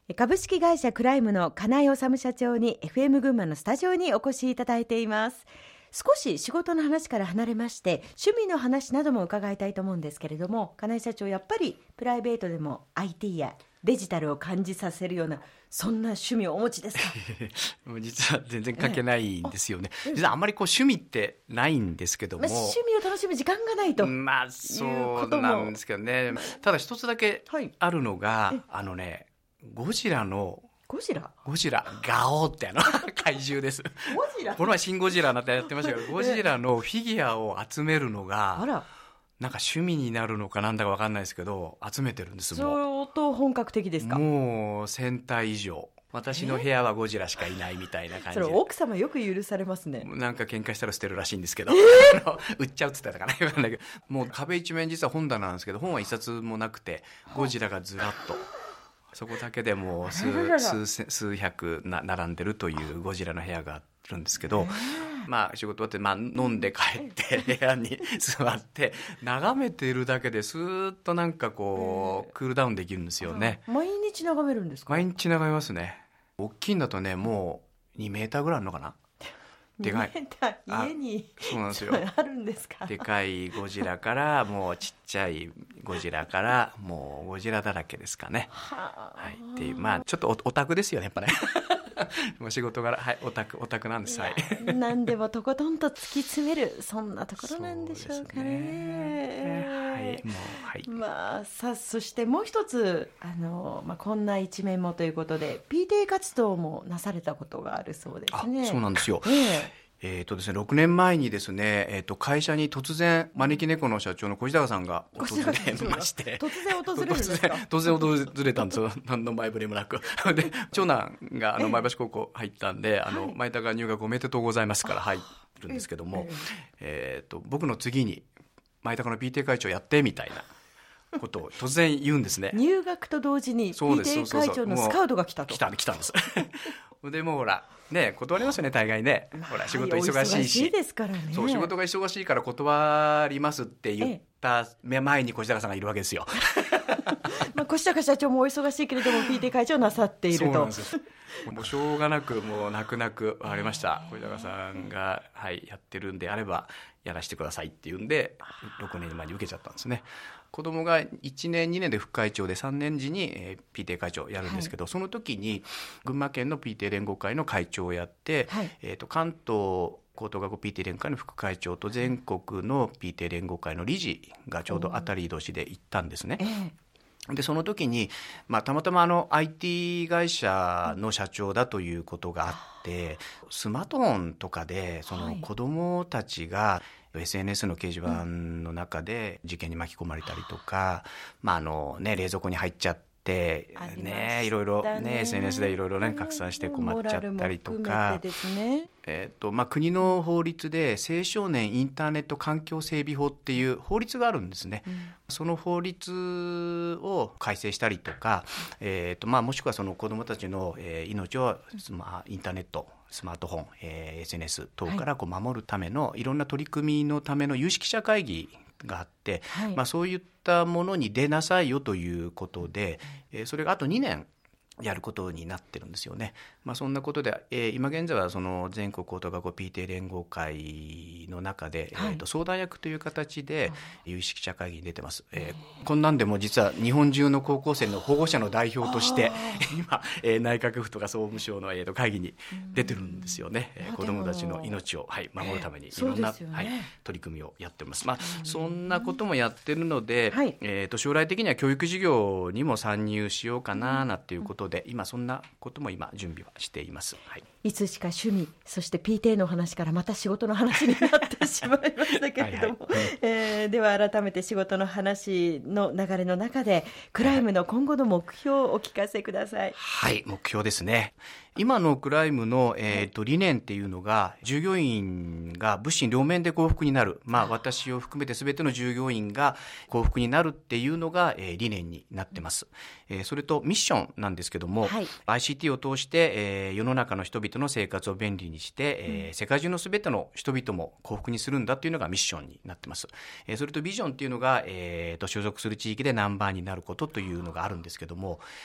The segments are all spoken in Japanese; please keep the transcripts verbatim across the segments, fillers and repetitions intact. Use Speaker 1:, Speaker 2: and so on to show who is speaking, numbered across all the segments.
Speaker 1: 株式会社クライムの金井治社長に エフエム 群馬のスタジオにお越しいただいています。少し仕事の話から離れまして趣味の話なども伺いたいと思うんですけれども、金井社長、やっぱりプライベートでも アイティー やデジタルを感じさせるようなそんな趣味をお持ちですか？
Speaker 2: 実は全然関係ないんですよね。実はあんまりこう趣味ってないんですけども、
Speaker 1: まあ、趣味を楽しむ時間がないと、
Speaker 2: まあそうなんですけどね。ただ一つだけあるのが、はい、あのねゴジラの
Speaker 1: ゴジラ
Speaker 2: ゴジラガオってあの怪獣です。ゴジラこの前シンゴジラなんてやってましたけど、ゴジラのフィギュアを集めるのが
Speaker 1: あら
Speaker 2: なんか趣味になるのかなんだか分かんないですけど、集めてるんです。も
Speaker 1: 相当本格的ですか？
Speaker 2: もうせんたい以上。私の部屋はゴジラしかいないみたいな感じで。
Speaker 1: それ奥様よく許されますね。
Speaker 2: なんか喧嘩したら捨てるらしいんですけど、
Speaker 1: えー、
Speaker 2: 売っちゃうっつってたかなもう壁一面実は本棚なんですけど、本は一冊もなくてゴジラがずらっとそこだけでもう 数, 数, 数百な並んでるというゴジラの部屋があるんですけど、まあ仕事終わって、まあ、飲んで帰って部屋に座って眺めているだけでスーッとなんかこうクールダウンできるんですよね。
Speaker 1: 毎日眺めるんですか？
Speaker 2: 毎日眺めますね。大きいんだとねもうにメーターぐらいあるのかな。
Speaker 1: でかい家に
Speaker 2: そうなんですよ
Speaker 1: あるんですか？
Speaker 2: でかいゴジラからもうちっちゃいゴジラからもうゴジラだらけですかね。は、はい、っていうまあちょっと オ, オタクですよねやっぱねもう仕事柄、はい、オタクオタクなんです。はい、
Speaker 1: 何でもとことんと突き詰めるそんなところなんでしょうか ね, ね
Speaker 2: はいもうはい
Speaker 1: まあ、さそしてもう一つあの、まあ、こんな一面もということで ピーティー 活動もなされたことがあるそうですね。
Speaker 2: あ、そうなんですよ。えーえーとですね、ろくねんまえにですね、えーと会社に突然招き猫の社長の小高さんが訪れまして
Speaker 1: 突然訪れるんですか？
Speaker 2: 突然訪れたんですよ何の前触れもなくで長男があの前橋高校入ったんで、あの前高入学おめでとうございますから入るんですけども、えーと僕の次に前高の ピーティー 会長やってみたいなことを突然言うんですね。
Speaker 1: 入学と同時に ピーティー 会長のスカウトが来たと。
Speaker 2: 来た来たんですでもうほらね断りますよね大概ね。ほら仕事忙しいし、
Speaker 1: 忙しいですからね。
Speaker 2: そう仕事が忙しいから断りますって言った前に越高さんがいるわけですよ
Speaker 1: まあ越高社長もお忙しいけれども ピーティー 会長なさっていると。
Speaker 2: そうなんですよもうしょうがなくもう泣く泣く分かりました越高さんが、はい、やってるんであればやらせてくださいって言うんでろくねんまえに受けちゃったんですね。子供がいちねんにねんで副会長でさんねん時に、えー、ピーティー 会長やるんですけど、はい、その時に群馬県の ピーティー 連合会の会長をやって、はい、えーと関東高等学校 ピーティー 連合会の副会長と全国の ピーティー 連合会の理事がちょうど当たり年で行ったんですね。えーでその時に、まあ、たまたまあの アイティー 会社の社長だということがあってスマートフォンとかでその子どもたちが エスエヌエス の掲示板の中で事件に巻き込まれたりとか、まああのね、冷蔵庫に入っちゃってね、いろいろね エスエヌエス でいろいろね拡散して困っちゃったりとか、えーとまあ、国の法律で青少年インターネット環境整備法っていう法律があるんですね、うん、その法律を改正したりとか、えーとまあ、もしくはその子どもたちの、えー、命を、まあ、インターネットスマートフォン、えー、エスエヌエス 等からこう守るための、はい、いろんな取り組みのための有識者会議があって、はいまあ、そういったものに出なさいよということで、えー、それがあとにねんやることになってるんですよね。まあ、そんなことで、えー、今現在はその全国高等学校 ピーティー 連合会の中で、はいえー、と相談役という形で有識者会議に出てます、えー、こんなんでも実は日本中の高校生の保護者の代表として今、えー、内閣府とか総務省の、えー、と会議に出てるんですよね、えー、子どもたちの命を、はい、守るためにいろんな、えーねはい、取り組みをやってます、まあ、そんなこともやってるので、はいえー、と将来的には教育事業にも参入しようかななんていうことで今そんなことも今準備はしています、はい、
Speaker 1: いつしか趣味そして ピーティー の話からまた仕事の話になってしまいましたけれどもはい、はいえー、では改めて仕事の話の流れの中でクライムの今後の目標をお聞かせください。
Speaker 2: はい、目標ですね。今のクライムの、えー、と理念っていうのが従業員が物心両面で幸福になる、まあ、私を含めて全ての従業員が幸福になるっていうのが、えー、理念になってます、えー、それとミッションなんですけども、はい、アイシーティー を通して、えー、世の中の人々の生活を便利にして、えー、世界中の全ての人々も幸福にするんだっていうのがミッションになってます、えー、それとビジョンっていうのが、えー、と所属する地域でナンバーになることというのがあるんですけども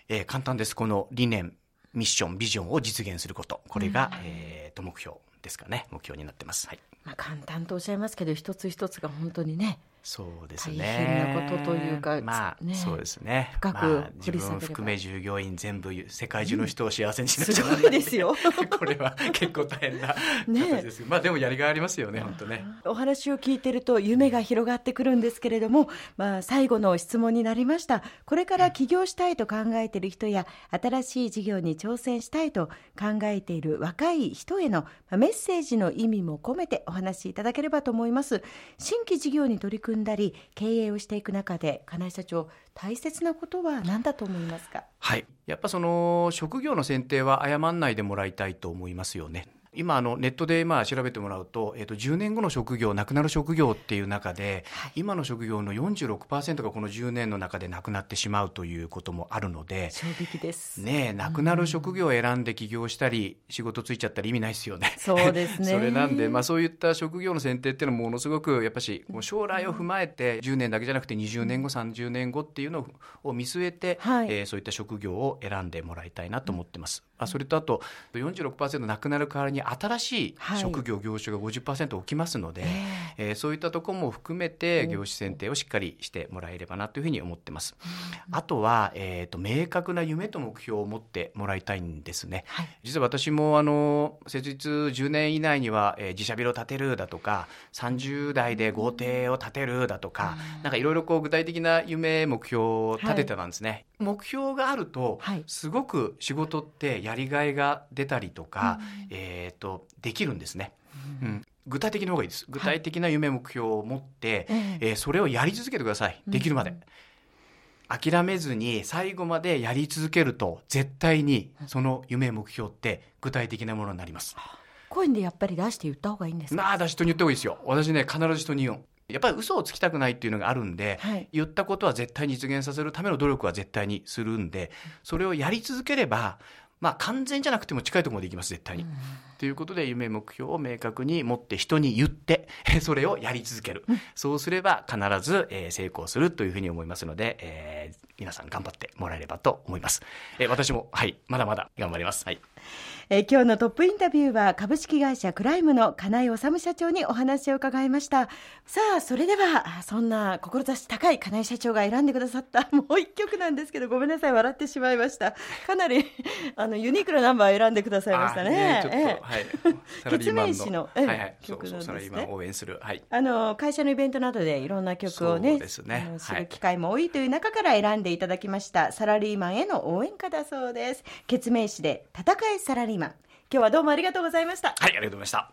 Speaker 2: えー、簡単です。この理念、ミッション、ビジョンを実現すること、これが、うん、えー、と目標ですかね。目標になってます。はい。
Speaker 1: まあ、簡単とおっしゃいますけど、一つ一つが本当にね、
Speaker 2: そうですね、
Speaker 1: 大変なことというか、
Speaker 2: まあ、
Speaker 1: ね、
Speaker 2: そうですね、
Speaker 1: 深く
Speaker 2: まあ、自
Speaker 1: 掘り下げれば、
Speaker 2: 分含め従業員全部世界中の人を幸せにしなきゃならない、
Speaker 1: うん、すごいですよ
Speaker 2: これは結構大変な形です、ね、まあでもやりがいありますよね、本当ね。
Speaker 1: お話を聞いてると夢が広がってくるんですけれども、まあ、最後の質問になりました。これから起業したいと考えている人や、新しい事業に挑戦したいと考えている若い人へのメッセージの意味も込めてお話しいただければと思います。新規事業に取り組んだり経営をしていく中で、金井社長、大切なことは何だと思いますか？
Speaker 2: はい、やっぱその職業の選定は誤んないでもらいたいと思いますよね。今あのネットでまあ調べてもらうと、えーとじゅうねんごの職業、なくなる職業っていう中で、はい、今の職業の よんじゅうろくパーセント がこのじゅうねんの中でなくなってしまうということもあるので、
Speaker 1: 衝撃です
Speaker 2: ね。なくなる職業を選んで起業したり、仕事ついちゃったら意味ないですよね。
Speaker 1: そうですね
Speaker 2: それなんで、まあ、そういった職業の選定っていうのはものすごくやっぱし将来を踏まえて、じゅうねんだけじゃなくてにじゅうねんご、さんじゅうねんごっていうのを見据えて、はい、えー、そういった職業を選んでもらいたいなと思ってます。まあ、それとあと よんじゅうろくパーセント なくなる代わりに新しい職業、業種が ごじゅっパーセント 起きますので、えー、そういったところも含めて業種選定をしっかりしてもらえればなというふうに思ってます。あとは、えーと、明確な夢と目標を持ってもらいたいんですね。はい、実は私もあの設立じゅうねん以内には、えー、自社ビルを建てるだとか、さんじゅう代で豪邸を建てるだとか、なんかいろいろ具体的な夢目標を立ててたんですね。はい、目標があると、はい、すごく仕事ってやりがいが出たりとか、うん、えーと、できるんですね。うん、具体的な方がいいです。具体的な夢目標を持って、はい、えー、それをやり続けてください。できるまで、うん、諦めずに最後までやり続けると、絶対にその夢目標って具体的なものになります。
Speaker 1: 声でやっぱり出して言った方がいいんですか？
Speaker 2: まあ、人に言った方がいいですよ。私ね、必ず人に言う。やっぱり嘘をつきたくないっていうのがあるんで、はい、言ったことは絶対に実現させるための努力は絶対にするんで、それをやり続ければ、まあ、完全じゃなくても近いところまでいきます、絶対に。ということで、夢目標を明確に持って人に言ってそれをやり続ける、うん、そうすれば必ず、えー、成功するというふうに思いますので、えー、皆さん頑張ってもらえればと思います。えー、私も、はい、まだまだ頑張ります。はい。
Speaker 1: えー、今日のトップインタビューは株式会社クライムの金井治社長にお話を伺いました。さあ、それではそんな志高い金井社長が選んでくださったもう一曲なんですけど、ごめんなさい、笑ってしまいました。かなりあのユニークなナンバーを選んでくださいましたね。
Speaker 2: ちょっと、えーはい、サラリーマンの
Speaker 1: 決命詞の、
Speaker 2: えーはいはい、
Speaker 1: 曲なんですね。
Speaker 2: サラリーマンを応援する、はい、
Speaker 1: あの会社のイベントなどでいろんな曲をね、
Speaker 2: そうですね、
Speaker 1: あの知る機会も多いという中から選んでいただきました、はい、サラリーマンへの応援歌だそうです。決命詞で戦えサラリーマン。今日はどうもありがとうございました。
Speaker 2: はい、ありがとうございました。